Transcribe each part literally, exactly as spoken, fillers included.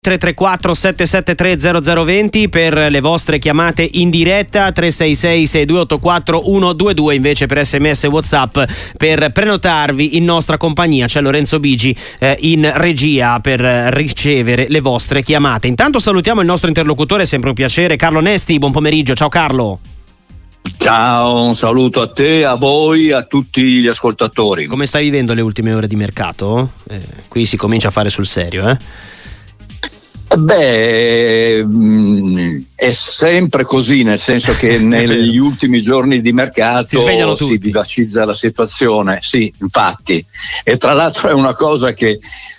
tre tre quattro sette sette tre zero zero due zero per le vostre chiamate in diretta, tre sei sei sei due otto quattro uno due due invece per sms e WhatsApp per prenotarvi in nostra compagnia. C'è Lorenzo Bigi eh, in regia per ricevere le vostre chiamate. Intanto salutiamo il nostro interlocutore, è sempre un piacere, Carlo Nesti. Buon pomeriggio, ciao Carlo. Ciao, un saluto a te, a voi, a tutti gli ascoltatori. Come stai vivendo le ultime ore di mercato? Eh, qui si comincia a fare sul serio, eh? Beh, è sempre così, nel senso che negli ultimi giorni di mercato si, si vivacizza la situazione, sì, infatti, e tra l'altro è una cosa che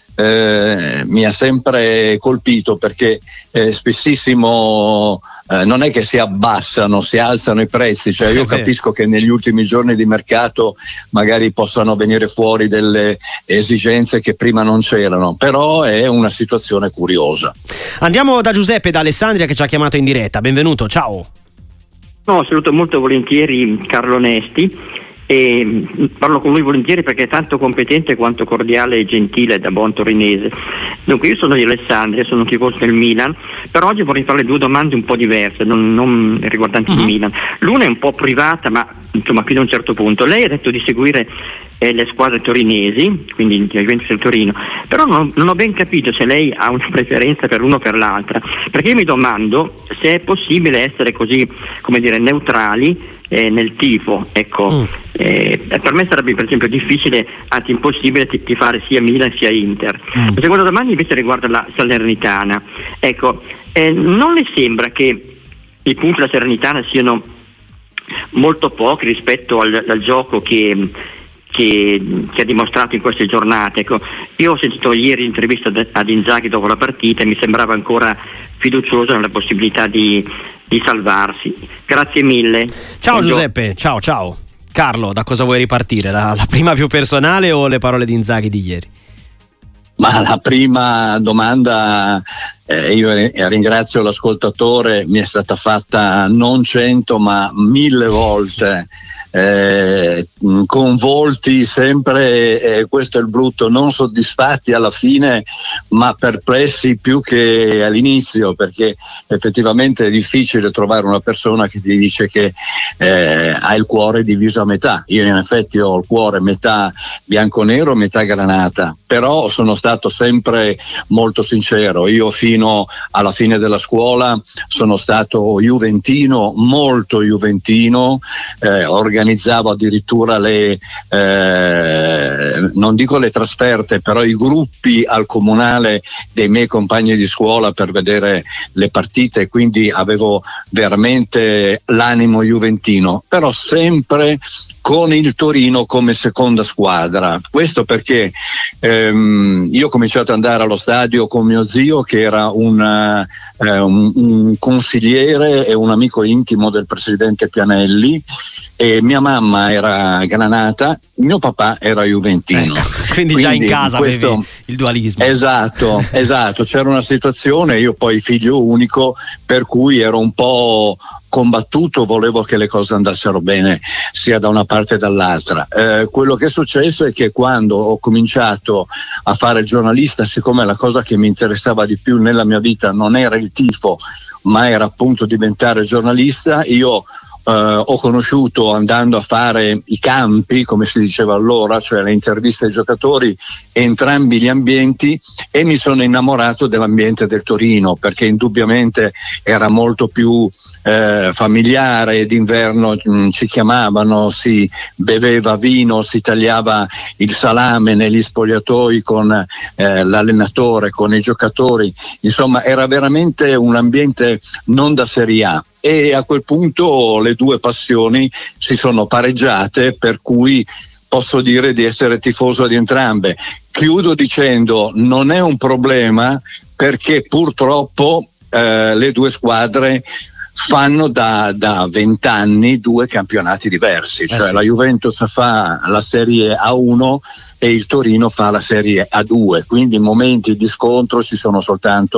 eh, mi ha sempre colpito, perché eh, spessissimo eh, non è che si abbassano, si alzano i prezzi, cioè io capisco che negli ultimi giorni di mercato magari possano venire fuori delle esigenze che prima non c'erano, però è una situazione curiosa. Andiamo da Giuseppe da Alessandria che ci ha chiamato in diretta, benvenuto, ciao. No, saluto molto volentieri Carlo Nesti e parlo con lui volentieri perché è tanto competente quanto cordiale e gentile da buon torinese. Dunque, io sono di Alessandria, sono tifoso del Milan, però oggi vorrei fare due domande un po' diverse, non, non riguardanti uh-huh. il Milan. L'una è un po' privata, ma insomma fino a un certo punto. Lei ha detto di seguire eh, le squadre torinesi, quindi il Juventus del Torino, però non, non ho ben capito se lei ha una preferenza per l'uno o per l'altra, perché io mi domando se è possibile essere così, come dire, neutrali Eh, nel tifo, ecco. Mm. Eh, per me sarebbe per esempio difficile, anzi impossibile, tifare sia Milan sia Inter. Mm. La seconda domanda invece riguarda la Salernitana. Ecco, eh, non le sembra che i punti della Salernitana siano molto pochi rispetto al, al gioco che Che, che ha dimostrato in queste giornate? Ecco, io ho sentito ieri l'intervista ad Inzaghi dopo la partita e mi sembrava ancora fiducioso nella possibilità di, di salvarsi. Grazie mille. Ciao Buongiorno. Giuseppe, ciao ciao. Carlo, da cosa vuoi ripartire? La, la prima più personale o le parole di Inzaghi di ieri? Ma la prima domanda, eh, io ringrazio l'ascoltatore, mi è stata fatta non cento ma mille volte, eh, con volti sempre, eh, questo è il brutto, non soddisfatti alla fine ma perplessi più che all'inizio, perché effettivamente è difficile trovare una persona che ti dice che eh, ha il cuore diviso a metà. Io in effetti ho il cuore metà bianco-nero, metà granata, però sono stato sempre molto sincero. Io fino alla fine della scuola sono stato juventino, molto juventino, eh, organizzavo addirittura le eh, non dico le trasferte, però i gruppi al comunale dei miei compagni di scuola per vedere le partite, quindi avevo veramente l'animo juventino, però sempre con il Torino come seconda squadra. Questo perché ehm, io ho cominciato ad andare allo stadio con mio zio, che era un, eh, un, un consigliere e un amico intimo del presidente Pianelli, e mia mamma era granata, mio papà era juventino. Eh, quindi, quindi già in casa questo, avevi il dualismo. Esatto, esatto, c'era una situazione, io poi figlio unico, per cui ero un po' combattuto, volevo che le cose andassero bene sia da una parte che dall'altra. Eh, quello che è successo è che quando ho cominciato a fare il giornalista, siccome la cosa che mi interessava di più nella mia vita non era il tifo ma era appunto diventare giornalista, io Uh, ho conosciuto, andando a fare i campi, come si diceva allora, cioè le interviste ai giocatori, entrambi gli ambienti, e mi sono innamorato dell'ambiente del Torino, perché indubbiamente era molto più eh, familiare. D'inverno mh, ci chiamavano, si beveva vino, si tagliava il salame negli spogliatoi con eh, l'allenatore, con i giocatori, insomma era veramente un ambiente non da Serie A. E a quel punto le due passioni si sono pareggiate, per cui posso dire di essere tifoso di entrambe. Chiudo dicendo non è un problema, perché purtroppo eh, le due squadre fanno da vent'anni due campionati diversi, cioè eh sì. La Juventus fa la Serie A uno e il Torino fa la Serie A due, quindi momenti di scontro ci sono soltanto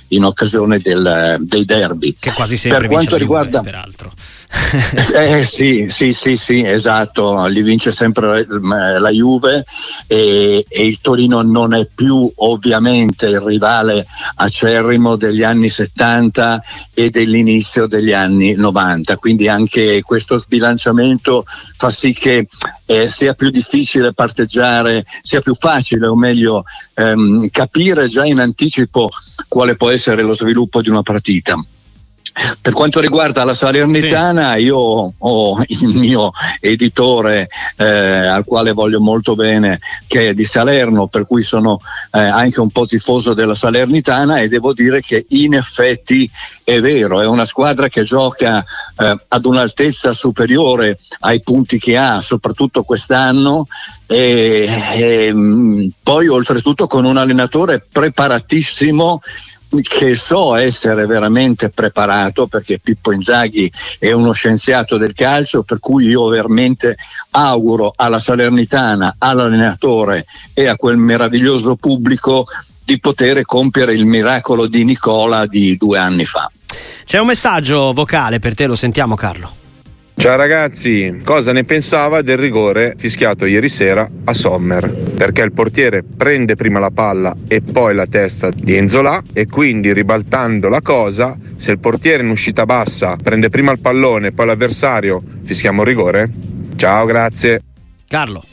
in occasione del, dei derby. Che quasi sempre per quanto riguarda Juve, peraltro. eh, sì, sì, sì, sì, esatto, li vince sempre la Juve e, e il Torino non è più ovviamente il rivale acerrimo degli anni settanta e dell'inizio degli anni novanta, quindi anche questo sbilanciamento fa sì che eh, sia più difficile parteggiare, sia più facile o meglio ehm, capire già in anticipo quale può essere lo sviluppo di una partita. Per quanto riguarda la Salernitana, sì. Io ho il mio editore eh, al quale voglio molto bene, che è di Salerno, per cui sono eh, anche un po' tifoso della Salernitana, e devo dire che in effetti è vero, è una squadra che gioca eh, ad un'altezza superiore ai punti che ha, soprattutto quest'anno, e, e poi oltretutto con un allenatore preparatissimo, che so essere veramente preparato, perché Pippo Inzaghi è uno scienziato del calcio, per cui io veramente auguro alla Salernitana, all'allenatore e a quel meraviglioso pubblico di poter compiere il miracolo di Nicola di due anni fa. C'è un messaggio vocale per te, lo sentiamo, Carlo. Ciao ragazzi, cosa ne pensava del rigore fischiato ieri sera a Sommer? Perché il portiere prende prima la palla e poi la testa di Enzolà, e quindi ribaltando la cosa, se il portiere in uscita bassa prende prima il pallone e poi l'avversario, fischiamo il rigore? Ciao, grazie. Carlo.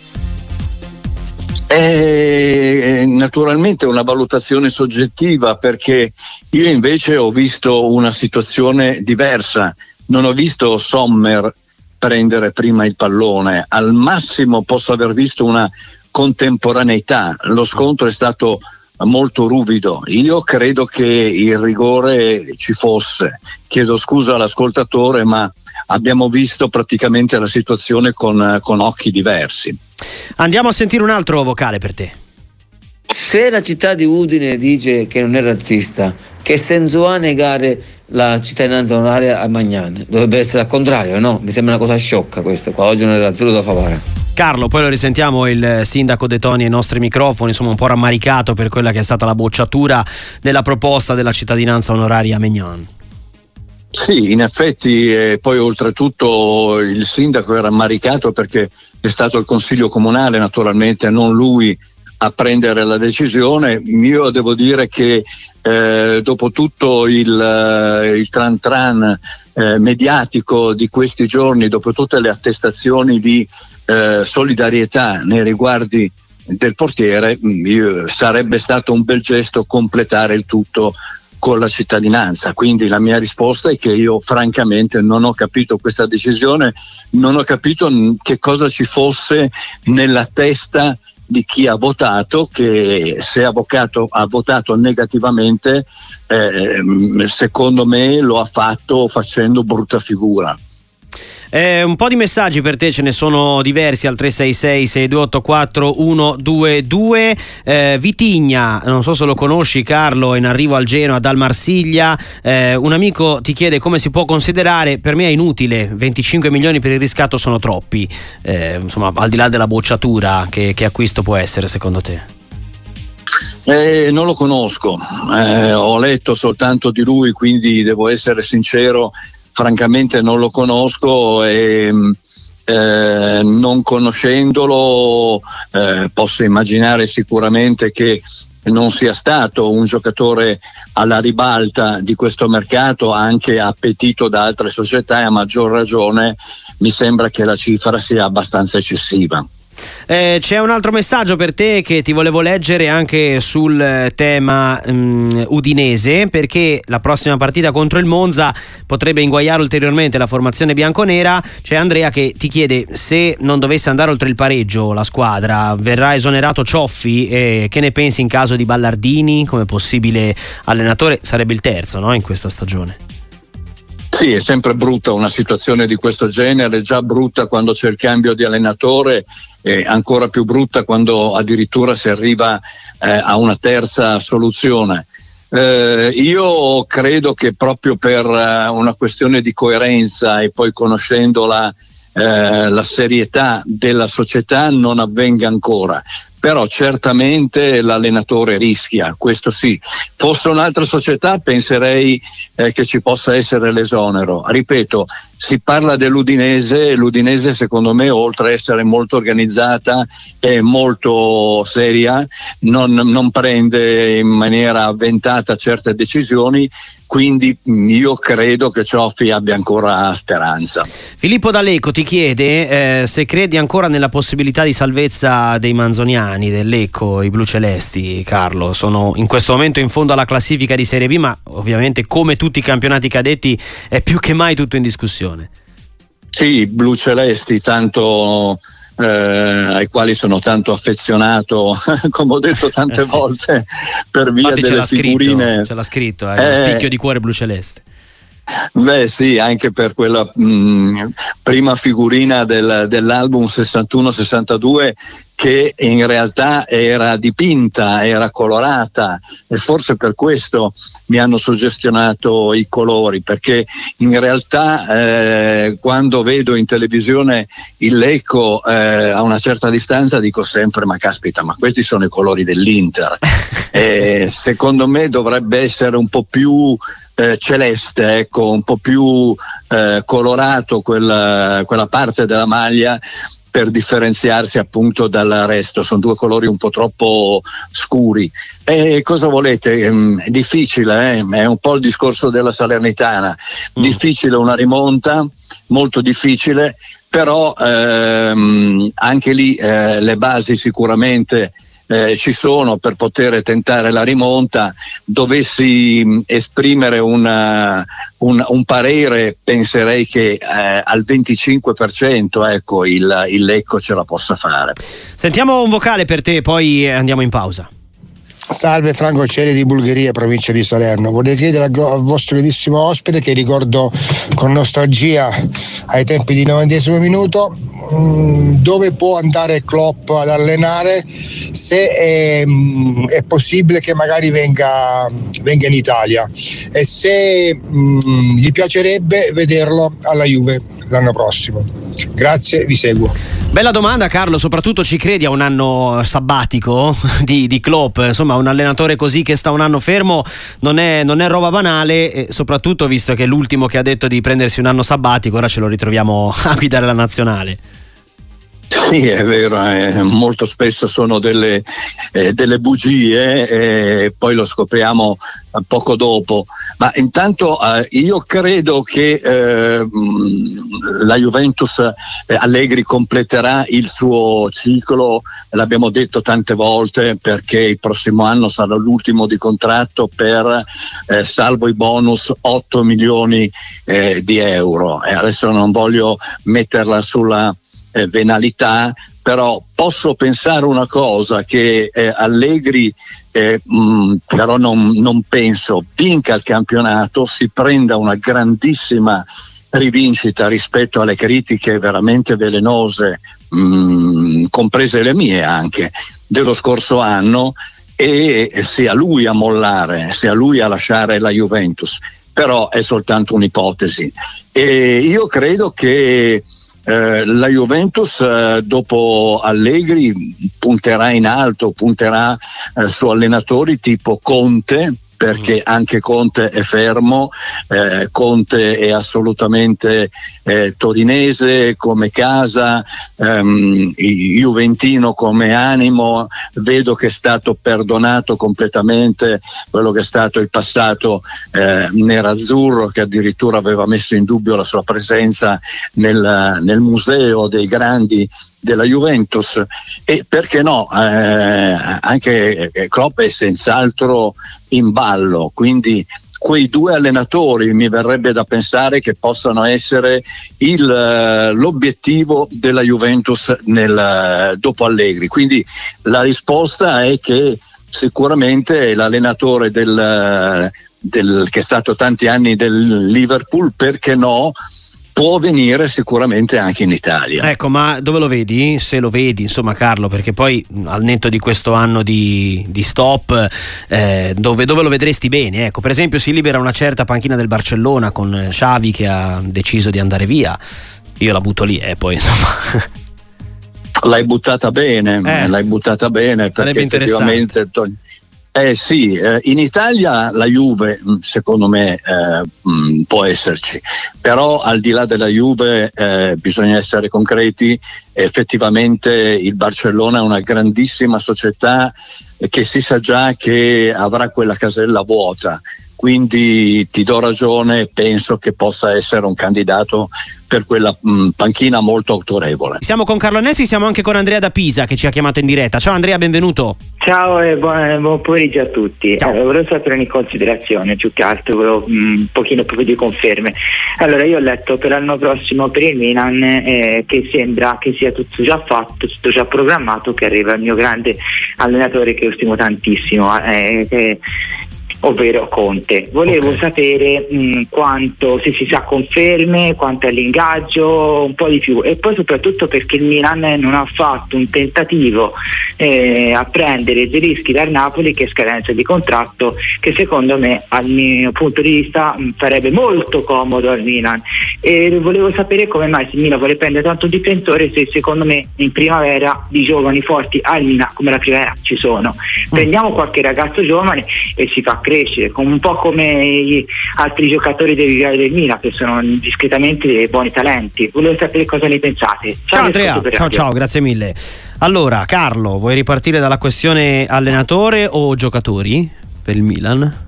È naturalmente una valutazione soggettiva, perché io invece ho visto una situazione diversa. Non ho visto Sommer prendere prima il pallone, al massimo posso aver visto una contemporaneità, lo scontro è stato molto ruvido, io credo che il rigore ci fosse, chiedo scusa all'ascoltatore, ma abbiamo visto praticamente la situazione con, con occhi diversi. Andiamo a sentire un altro vocale per te. Se la città di Udine dice che non è razzista, che senso ha negare la cittadinanza onoraria a Magnan? Dovrebbe essere al contrario, no? Mi sembra una cosa sciocca questa qua, oggi non era zero da favore. Carlo, poi lo risentiamo il sindaco De Toni ai nostri microfoni, insomma un po' rammaricato per quella che è stata la bocciatura della proposta della cittadinanza onoraria a Magnan. Sì, in effetti, eh, poi oltretutto il sindaco era rammaricato perché è stato il consiglio comunale, naturalmente non lui a prendere la decisione. Io devo dire che eh, dopo tutto il, il tran tran eh, mediatico di questi giorni, dopo tutte le attestazioni di eh, solidarietà nei riguardi del portiere, io, sarebbe stato un bel gesto completare il tutto con la cittadinanza. Quindi la mia risposta è che io francamente non ho capito questa decisione, non ho capito che cosa ci fosse nella testa di chi ha votato, che se ha votato, ha votato negativamente, eh, secondo me lo ha fatto facendo brutta figura. Eh, un po' di messaggi per te, ce ne sono diversi al tre sei sei sei due otto quattro uno due due. eh, Vitigna, non so se lo conosci Carlo, in arrivo al Genoa dal Marsiglia. Eh, un amico ti chiede come si può considerare, per me è inutile, venticinque milioni per il riscatto sono troppi, eh, insomma al di là della bocciatura, che, che acquisto può essere secondo te? Eh, non lo conosco, eh, ho letto soltanto di lui, quindi devo essere sincero, francamente non lo conosco e eh, non conoscendolo eh, posso immaginare sicuramente che non sia stato un giocatore alla ribalta di questo mercato, anche appetito da altre società, e a maggior ragione mi sembra che la cifra sia abbastanza eccessiva. Eh, c'è un altro messaggio per te che ti volevo leggere anche sul tema um, udinese, perché la prossima partita contro il Monza potrebbe inguaiare ulteriormente la formazione bianconera. C'è Andrea che ti chiede se non dovesse andare oltre il pareggio la squadra, verrà esonerato Cioffi, e che ne pensi in caso di Ballardini come possibile allenatore? Sarebbe il terzo, no, in questa stagione. Sì, è sempre brutta una situazione di questo genere, già brutta quando c'è il cambio di allenatore, e ancora più brutta quando addirittura si arriva eh, a una terza soluzione. Eh, io credo che proprio per eh, una questione di coerenza e poi conoscendo la, eh, la serietà della società non avvenga ancora, però certamente l'allenatore rischia, questo sì. Fosse un'altra società penserei eh, che ci possa essere l'esonero. Ripeto, si parla dell'Udinese, l'Udinese secondo me, oltre a essere molto organizzata e molto seria, non, non prende in maniera avventata certe decisioni, quindi io credo che Cioffi abbia ancora speranza. Filippo da Lecco ti chiede eh, se credi ancora nella possibilità di salvezza dei manzoniani, del Lecco, i blucelesti. Carlo, sono in questo momento in fondo alla classifica di Serie B, ma ovviamente come tutti i campionati cadetti è più che mai tutto in discussione. Sì, blucelesti, tanto eh, ai quali sono tanto affezionato, come ho detto tante eh sì. volte, per via Infatti delle figurine. Scritto, ce l'ha scritto, hai eh, uno spicchio di cuore bluceleste. Beh sì, anche per quella mh, prima figurina del, dell'album sessantuno sessantadue, che in realtà era dipinta, era colorata, e forse per questo mi hanno suggestionato i colori, perché in realtà eh, quando vedo in televisione il Lecco eh, a una certa distanza dico sempre: ma caspita, ma questi sono i colori dell'Inter. eh, secondo me dovrebbe essere un po' più eh, celeste, ecco, un po' più eh, colorato quella, quella parte della maglia, per differenziarsi appunto dal resto. Sono due colori un po' troppo scuri. E cosa volete? È difficile, eh? È un po' il discorso della Salernitana. Mm. Difficile una rimonta, molto difficile, però ehm, anche lì eh, le basi sicuramente Eh, ci sono per poter tentare la rimonta. Dovessi mh, esprimere una, un, un parere, penserei che eh, al venticinque per cento ecco, il, il Lecco ce la possa fare. Sentiamo un vocale per te, poi andiamo in pausa. Salve, Franco Ceri di Bulgheria, provincia di Salerno. Vorrei chiedere al, al vostro gradissimo ospite, che ricordo con nostalgia ai tempi di novantesimo minuto, mh, dove può andare Klopp ad allenare, se è, mh, è possibile che magari venga, venga in Italia, e se mh, gli piacerebbe vederlo alla Juve l'anno prossimo. Grazie, vi seguo. Bella domanda, Carlo, soprattutto ci credi a un anno sabbatico di, di Klopp? Insomma, un allenatore così che sta un anno fermo non è, non è roba banale, e soprattutto visto che è l'ultimo che ha detto di prendersi un anno sabbatico, ora ce lo ritroviamo a guidare la nazionale. Sì, è vero, eh, molto spesso sono delle, eh, delle bugie e eh, poi lo scopriamo eh, poco dopo, ma intanto eh, io credo che eh, la Juventus, eh, Allegri completerà il suo ciclo, l'abbiamo detto tante volte, perché il prossimo anno sarà l'ultimo di contratto per, eh, salvo i bonus, otto milioni eh, di euro, e adesso non voglio metterla sulla eh, venalità, però posso pensare una cosa, che eh, Allegri eh, mh, però non, non penso vinca il campionato, si prenda una grandissima rivincita rispetto alle critiche veramente velenose, mh, comprese le mie anche, dello scorso anno, e sia lui a mollare, sia lui a lasciare la Juventus. Però è soltanto un'ipotesi, e io credo che Eh, la Juventus eh, dopo Allegri punterà in alto, punterà eh, su allenatori tipo Conte, perché anche Conte è fermo, eh, Conte è assolutamente eh, torinese come casa, ehm, juventino come animo. Vedo che è stato perdonato completamente quello che è stato il passato eh, nerazzurro, che addirittura aveva messo in dubbio la sua presenza nel, nel museo dei grandi della Juventus, e perché no, eh, anche Klopp è senz'altro in ballo, quindi quei due allenatori mi verrebbe da pensare che possano essere il, l'obiettivo della Juventus nel, dopo Allegri. Quindi la risposta è che sicuramente l'allenatore del, del, che è stato tanti anni del Liverpool, perché no, può venire sicuramente anche in Italia. Ecco, ma dove lo vedi? Se lo vedi, insomma, Carlo, perché poi al netto di questo anno di, di stop, eh, dove, dove lo vedresti bene? Ecco, per esempio si libera una certa panchina del Barcellona con Xavi che ha deciso di andare via. Io la butto lì, e eh, poi insomma... L'hai buttata bene, eh, l'hai buttata bene perché effettivamente eh sì, eh, in Italia la Juve secondo me eh, mh, può esserci, però al di là della Juve eh, bisogna essere concreti. Effettivamente il Barcellona è una grandissima società che si sa già che avrà quella casella vuota, quindi ti do ragione, penso che possa essere un candidato per quella mh, panchina molto autorevole. Siamo con Carlo Nessi, siamo anche con Andrea da Pisa che ci ha chiamato in diretta. Ciao Andrea, benvenuto. Ciao e buon, buon pomeriggio a tutti. Allora, volevo sapere in considerazione, più che altro volevo mh, un pochino proprio di conferme. Allora, io ho letto per l'anno prossimo per il Milan eh, che sembra che sia tutto già fatto, tutto già programmato, che arriva il mio grande allenatore che io stimo tantissimo, eh, che ovvero Conte. Volevo okay. sapere mh, quanto, se si sa conferme, quanto è l'ingaggio, un po' di più, e poi soprattutto perché il Milan non ha fatto un tentativo eh, a prendere Zelinski dal Napoli, che è scadenza di contratto, che secondo me dal mio punto di vista mh, farebbe molto comodo al Milan, e volevo sapere come mai se il Milan vuole prendere tanto difensore, se secondo me in primavera di giovani forti al Milan come la primavera ci sono. Prendiamo qualche ragazzo giovane e si fa crescere, un po' come gli altri giocatori dei rivali del Milan che sono discretamente dei buoni talenti. Volevo sapere cosa ne pensate. Ciao, ciao Andrea, ciao ciao, grazie mille. Allora Carlo, vuoi ripartire dalla questione allenatore o giocatori per il Milan?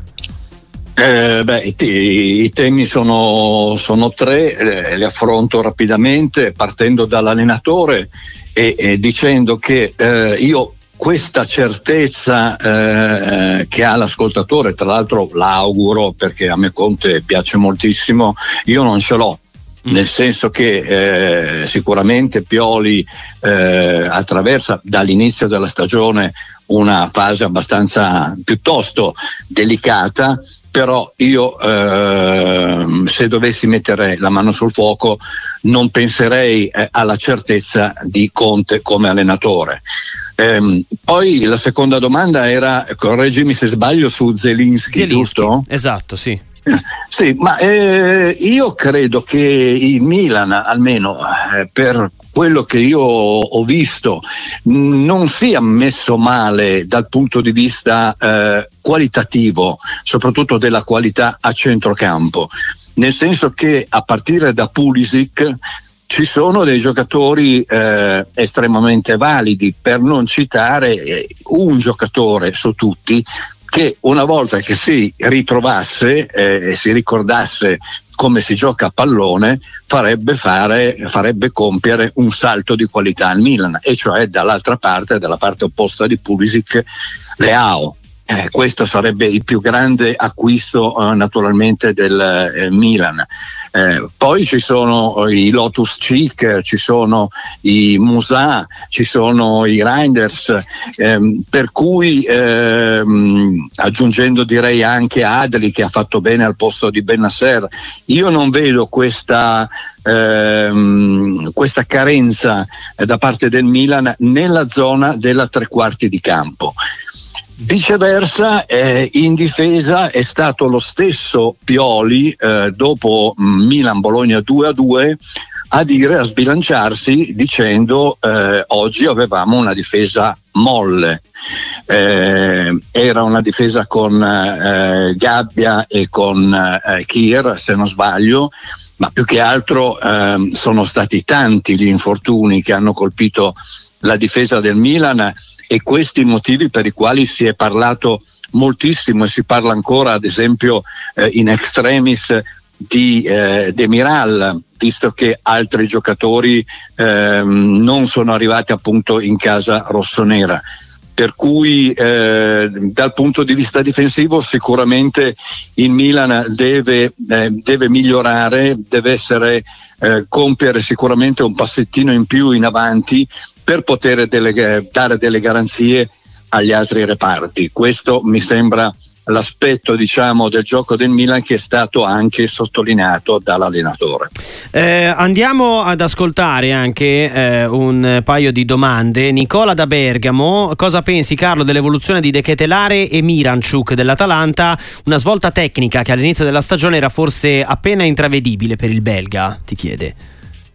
Eh, beh, i, i temi sono, sono tre, eh, li affronto rapidamente partendo dall'allenatore e, e dicendo che eh, io questa certezza eh, che ha l'ascoltatore, tra l'altro l'auguro perché a me Conte piace moltissimo, io non ce l'ho. Nel senso che eh, sicuramente Pioli eh, attraversa dall'inizio della stagione una fase abbastanza piuttosto delicata, però io eh, se dovessi mettere la mano sul fuoco non penserei eh, alla certezza di Conte come allenatore. Eh, poi la seconda domanda era, correggimi se sbaglio, su Zelinski, Zelinski, giusto? Esatto, sì. Sì, ma eh, io credo che il Milan, almeno eh, per quello che io ho visto, mh, non sia messo male dal punto di vista eh, qualitativo, soprattutto della qualità a centrocampo, nel senso che a partire da Pulisic ci sono dei giocatori eh, estremamente validi, per non citare eh, un giocatore su tutti che una volta che si ritrovasse e eh, si ricordasse come si gioca a pallone farebbe fare farebbe compiere un salto di qualità al Milan, e cioè dall'altra parte, dalla parte opposta di Pulisic, Leao. Eh, questo sarebbe il più grande acquisto eh, naturalmente del eh, Milan. Eh, poi ci sono i Lotus Cheek, ci sono i Musa, ci sono i Reinders, ehm, per cui ehm, aggiungendo direi anche Adli che ha fatto bene al posto di Bennacer, io non vedo questa ehm, questa carenza eh, da parte del Milan nella zona della tre quarti di campo. Viceversa, eh, in difesa è stato lo stesso Pioli eh, dopo Milan-Bologna due a due a dire, a sbilanciarsi dicendo eh, oggi avevamo una difesa molle, eh, era una difesa con eh, Gabbia e con eh, Kier se non sbaglio, ma più che altro eh, sono stati tanti gli infortuni che hanno colpito la difesa del Milan, e questi i motivi per i quali si è parlato moltissimo e si parla ancora ad esempio eh, in extremis di eh, Demiral, visto che altri giocatori ehm, non sono arrivati appunto in casa rossonera. Per cui eh, dal punto di vista difensivo sicuramente il Milan deve, eh, deve migliorare, deve essere, eh, compiere sicuramente un passettino in più in avanti per poter delle, dare delle garanzie agli altri reparti. Questo mi sembra l'aspetto, diciamo, del gioco del Milan che è stato anche sottolineato dall'allenatore. Eh, andiamo ad ascoltare anche eh, un paio di domande. Nicola da Bergamo: cosa pensi, Carlo, dell'evoluzione di De Ketelare e Miranchuk dell'Atalanta? Una svolta tecnica che all'inizio della stagione era forse appena intravedibile per il belga, ti chiede.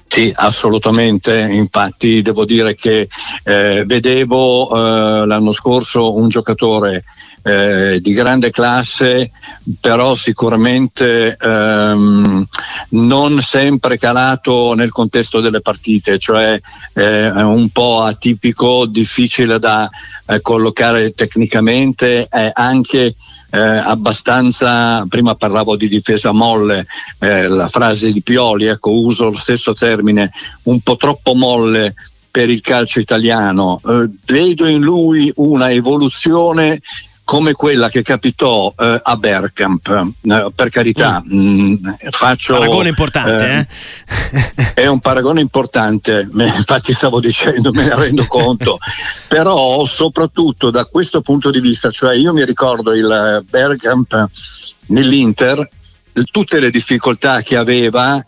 Sì, assolutamente, infatti devo dire che eh, vedevo eh, l'anno scorso un giocatore eh, di grande classe, però sicuramente ehm, non sempre calato nel contesto delle partite, cioè eh, un po' atipico, difficile da eh, collocare tecnicamente, è anche Eh, abbastanza, prima parlavo di difesa molle, eh, la frase di Pioli, ecco, uso lo stesso termine, un po' troppo molle per il calcio italiano. Eh, vedo in lui una evoluzione come quella che capitò eh, a Bergkamp, eh, per carità, mm. mh, faccio paragone importante, eh, eh? È un paragone importante, infatti stavo dicendo, me ne rendo conto, però soprattutto da questo punto di vista, cioè io mi ricordo il Bergkamp nell'Inter, tutte le difficoltà che aveva,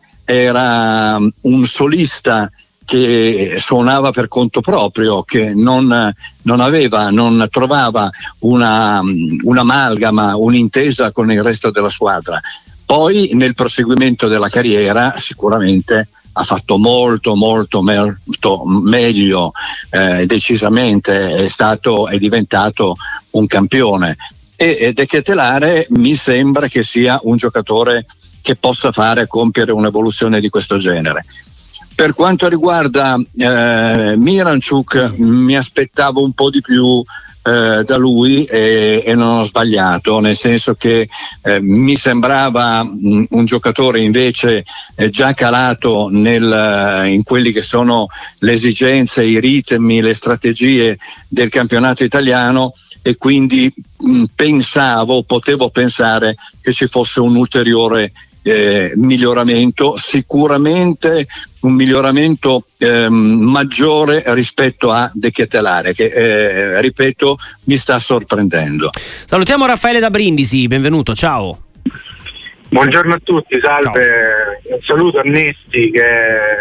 era un solista che suonava per conto proprio, che non, non aveva, non trovava una, un'amalgama, un'intesa con il resto della squadra. Poi nel proseguimento della carriera sicuramente ha fatto molto molto molto meglio, eh, decisamente è stato, è diventato un campione, e, e De Ketelaere mi sembra che sia un giocatore che possa fare, compiere un'evoluzione di questo genere. Per quanto riguarda eh, Miranchuk, mi aspettavo un po' di più eh, da lui e, e non ho sbagliato, nel senso che eh, mi sembrava mh, un giocatore invece eh, già calato nel, in quelli che sono le esigenze, i ritmi, le strategie del campionato italiano, e quindi mh, pensavo, potevo pensare che ci fosse un ulteriore Eh, miglioramento, sicuramente un miglioramento ehm, maggiore rispetto a De Ketelaere, che eh, ripeto mi sta sorprendendo. Salutiamo Raffaele da Brindisi, benvenuto, ciao. Buongiorno a tutti, salve. Ciao. Un saluto a Nesti, che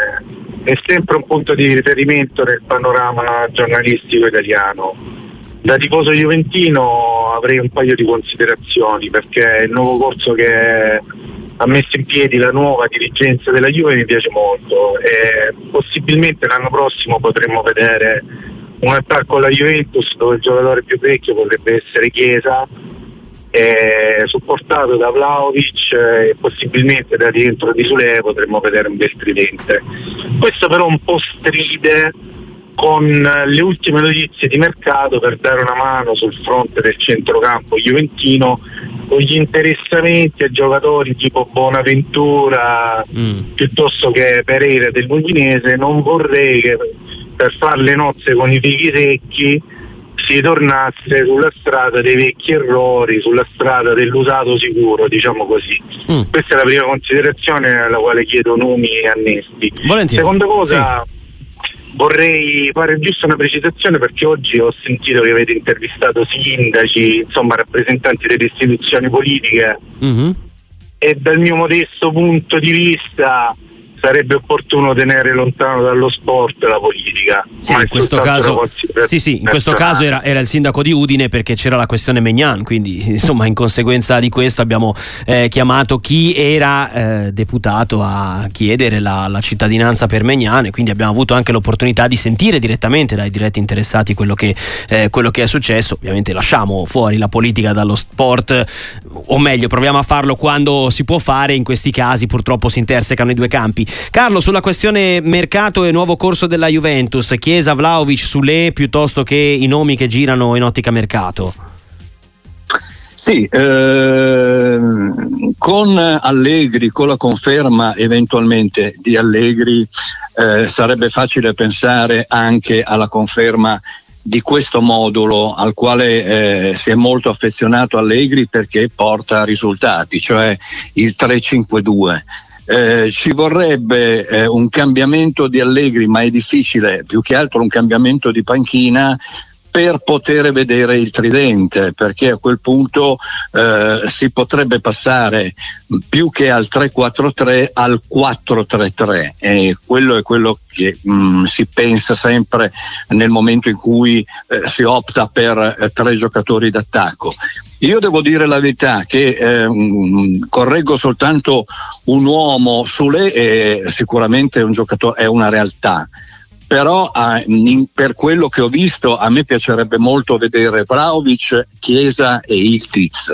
è sempre un punto di riferimento nel panorama giornalistico italiano. Da tifoso juventino avrei un paio di considerazioni, perché il nuovo corso che ha messo in piedi la nuova dirigenza della Juve mi piace molto, e possibilmente l'anno prossimo potremmo vedere un attacco alla Juventus dove il giocatore più vecchio potrebbe essere Chiesa, eh, supportato da Vlahovic, e possibilmente da dentro di Sule potremmo vedere un bel tridente. Questo però un po' stride con le ultime notizie di mercato per dare una mano sul fronte del centrocampo juventino, con gli interessamenti a giocatori tipo Bonaventura mm. piuttosto che Pereira del Udinese. Non vorrei che per fare le nozze con i fichi secchi si tornasse sulla strada dei vecchi errori, sulla strada dell'usato sicuro, diciamo così. Mm. Questa è la prima considerazione alla quale chiedo nomi e annesti. Volentieri. Seconda cosa, sì. Vorrei fare giusto una precisazione, perché oggi ho sentito che avete intervistato sindaci, insomma rappresentanti delle istituzioni politiche, mm-hmm. e dal mio modesto punto di vista sarebbe opportuno tenere lontano dallo sport la politica. Sì, ma in questo caso, sì, sì, in questo caso era, era il sindaco di Udine, perché c'era la questione Maignan, quindi insomma in conseguenza di questo abbiamo eh, chiamato chi era eh, deputato a chiedere la, la cittadinanza per Maignan, e quindi abbiamo avuto anche l'opportunità di sentire direttamente dai diretti interessati quello che, eh, quello che è successo. Ovviamente lasciamo fuori la politica dallo sport, o meglio proviamo a farlo quando si può fare, in questi casi purtroppo si intersecano i due campi. Carlo, sulla questione mercato e nuovo corso della Juventus, Chiesa, Vlahovic, Sule, piuttosto che i nomi che girano in ottica mercato? Sì, eh, con Allegri, con la conferma eventualmente di Allegri, eh, sarebbe facile pensare anche alla conferma di questo modulo al quale eh, si è molto affezionato Allegri, perché porta risultati, cioè il tre cinque due. Eh, ci vorrebbe eh, un cambiamento di Allegri, ma è difficile, più che altro un cambiamento di panchina, per poter vedere il tridente, perché a quel punto eh, si potrebbe passare più che al tre quattro tre al quattro tre tre, e quello è quello che mh, si pensa sempre nel momento in cui eh, si opta per eh, tre giocatori d'attacco. Io devo dire la verità che eh, correggo soltanto un uomo. Sule è sicuramente un giocatore, è una realtà, però eh, in, per quello che ho visto a me piacerebbe molto vedere Vlahovic, Chiesa e Ildiz.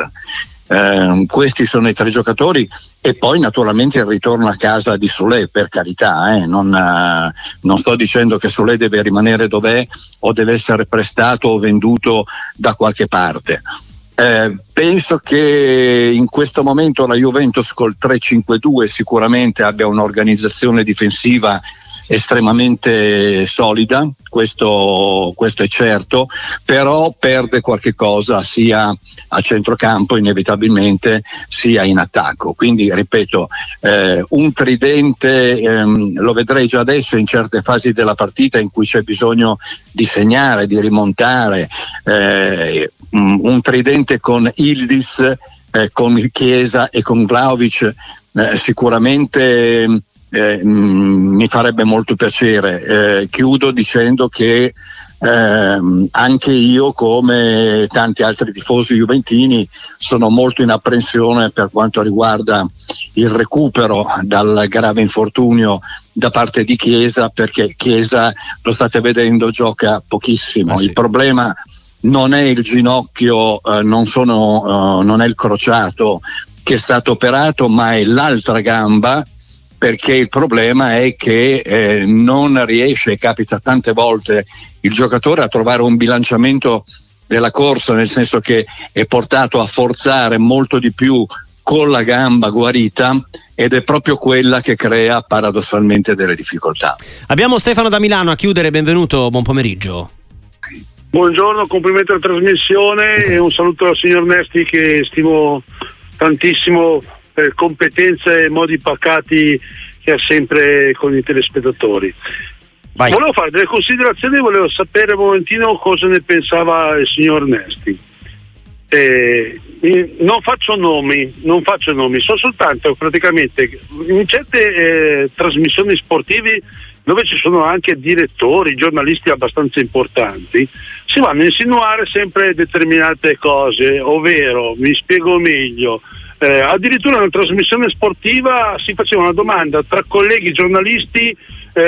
Eh, questi sono i tre giocatori, e poi naturalmente il ritorno a casa di Sule, per carità, eh, non, eh, non sto dicendo che Sule deve rimanere dov'è o deve essere prestato o venduto da qualche parte. Eh, penso che in questo momento la Juventus col tre cinque due sicuramente abbia un'organizzazione difensiva estremamente solida, questo, questo è certo, però perde qualche cosa sia a centrocampo inevitabilmente sia in attacco. Quindi ripeto, eh, un tridente ehm, lo vedrei già adesso in certe fasi della partita in cui c'è bisogno di segnare, di rimontare, eh, un tridente con Ildiz, eh, con Chiesa e con Vlahovic eh, sicuramente eh, mh, mi farebbe molto piacere. Eh, chiudo dicendo che eh, anche io, come tanti altri tifosi juventini, sono molto in apprensione per quanto riguarda il recupero dal grave infortunio da parte di Chiesa, perché Chiesa, lo state vedendo, gioca pochissimo. Ah, sì. Il problema non è il ginocchio, eh, non, sono, uh, non è il crociato che è stato operato, ma è l'altra gamba, perché il problema è che eh, non riesce, capita tante volte, il giocatore a trovare un bilanciamento della corsa, nel senso che è portato a forzare molto di più con la gamba guarita, ed è proprio quella che crea paradossalmente delle difficoltà. Abbiamo Stefano da Milano a chiudere, benvenuto, buon pomeriggio. Buongiorno, complimenti alla trasmissione e un saluto al signor Nesti, che stimo tantissimo per competenze e modi pacati che ha sempre con i telespettatori. Vai. Volevo fare delle considerazioni, volevo sapere un momentino cosa ne pensava il signor Nesti. Eh, non faccio nomi, non faccio nomi, so soltanto praticamente in certe eh, trasmissioni sportive dove ci sono anche direttori, giornalisti abbastanza importanti, si vanno a insinuare sempre determinate cose, ovvero, mi spiego meglio, eh, addirittura nella trasmissione sportiva si faceva una domanda tra colleghi giornalisti,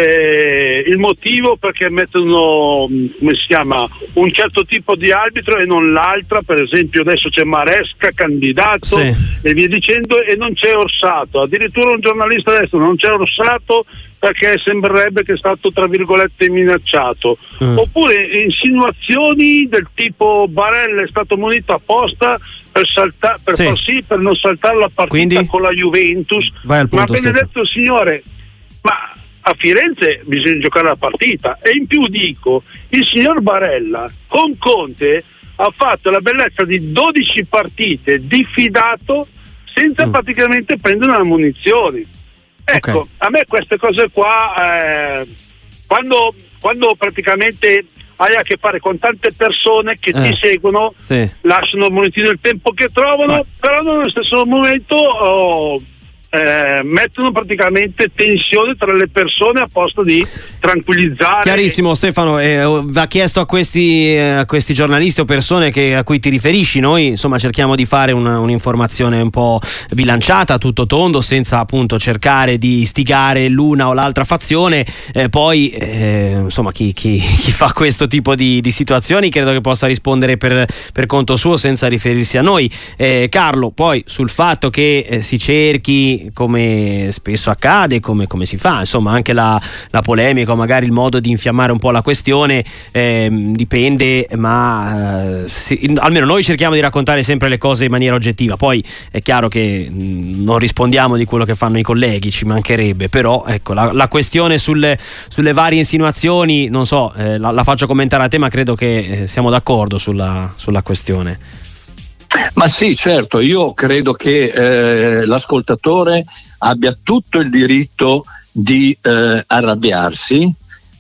eh, il motivo perché mettono, come si chiama, un certo tipo di arbitro e non l'altra. Per esempio adesso c'è Maresca candidato, sì, e via dicendo, e non c'è Orsato. Addirittura un giornalista adesso non c'è Orsato perché sembrerebbe che è stato tra virgolette minacciato, mm. oppure insinuazioni del tipo Barella è stato munito apposta per saltare, per sì. far sì, per non saltare la partita. Quindi, con la Juventus. Vai al punto, ma benedetto il signore, ma a Firenze bisogna giocare la partita. E in più dico, il signor Barella con Conte ha fatto la bellezza di dodici partite diffidato senza mm. praticamente prendere una munizione. Ecco, okay. A me queste cose qua, eh, quando, quando praticamente hai a che fare con tante persone che eh, ti seguono, sì. lasciano il monetino il tempo che trovano, ma... però nello stesso momento oh, eh, mettono praticamente tensione tra le persone a posto di tranquillizzare. Chiarissimo, Stefano, eh, va chiesto a questi, eh, a questi giornalisti o persone che, a cui ti riferisci. Noi insomma cerchiamo di fare una, un'informazione un po' bilanciata, a tutto tondo, senza appunto cercare di istigare l'una o l'altra fazione. Eh, poi eh, insomma chi, chi, chi fa questo tipo di, di situazioni credo che possa rispondere per, per conto suo senza riferirsi a noi. eh, Carlo, poi sul fatto che eh, si cerchi, come spesso accade, come, come si fa, insomma anche la, la polemica, magari il modo di infiammare un po' la questione, eh, dipende, ma eh, sì, almeno noi cerchiamo di raccontare sempre le cose in maniera oggettiva. Poi è chiaro che mh, non rispondiamo di quello che fanno i colleghi, ci mancherebbe, però ecco la, la questione sulle, sulle varie insinuazioni, non so, eh, la, la faccio commentare a te, ma credo che eh, siamo d'accordo sulla, sulla questione. Ma sì, certo, io credo che eh, l'ascoltatore abbia tutto il diritto di eh, arrabbiarsi,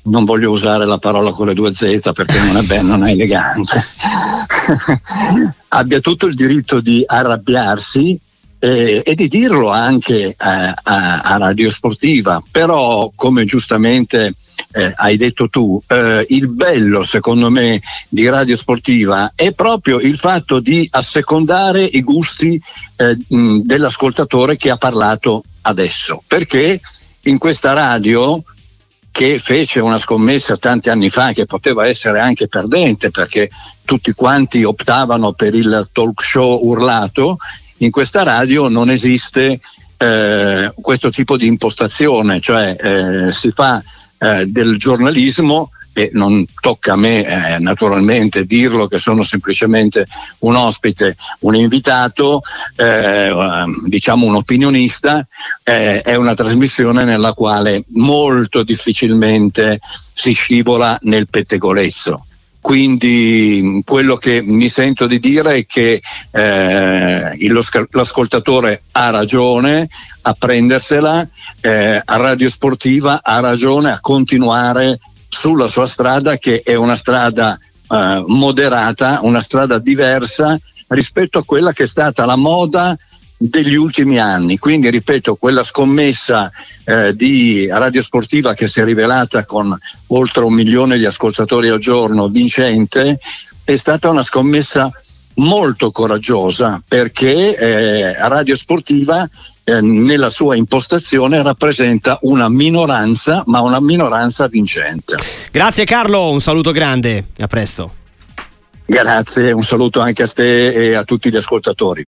non voglio usare la parola con le due Z perché non è bello, non è elegante, abbia tutto il diritto di arrabbiarsi eh, e di dirlo anche a, a, a Radio Sportiva, però come giustamente eh, hai detto tu, eh, il bello secondo me di Radio Sportiva è proprio il fatto di assecondare i gusti eh, mh, dell'ascoltatore che ha parlato adesso, perché in questa radio, che fece una scommessa tanti anni fa che poteva essere anche perdente perché tutti quanti optavano per il talk show urlato, in questa radio non esiste eh, questo tipo di impostazione, cioè eh, si fa eh, del giornalismo, e non tocca a me eh, naturalmente dirlo che sono semplicemente un ospite, un invitato, eh, diciamo un opinionista, eh, è una trasmissione nella quale molto difficilmente si scivola nel pettegolezzo. Quindi quello che mi sento di dire è che eh, il, l'ascoltatore ha ragione a prendersela, eh, a Radio Sportiva ha ragione a continuare sulla sua strada, che è una strada eh, moderata, una strada diversa rispetto a quella che è stata la moda degli ultimi anni. Quindi ripeto, quella scommessa eh, di Radio Sportiva che si è rivelata con oltre un milione di ascoltatori al giorno vincente è stata una scommessa molto coraggiosa, perché eh, Radio Sportiva eh, nella sua impostazione rappresenta una minoranza, ma una minoranza vincente. Grazie Carlo, un saluto grande, a presto. Grazie, un saluto anche a te e a tutti gli ascoltatori.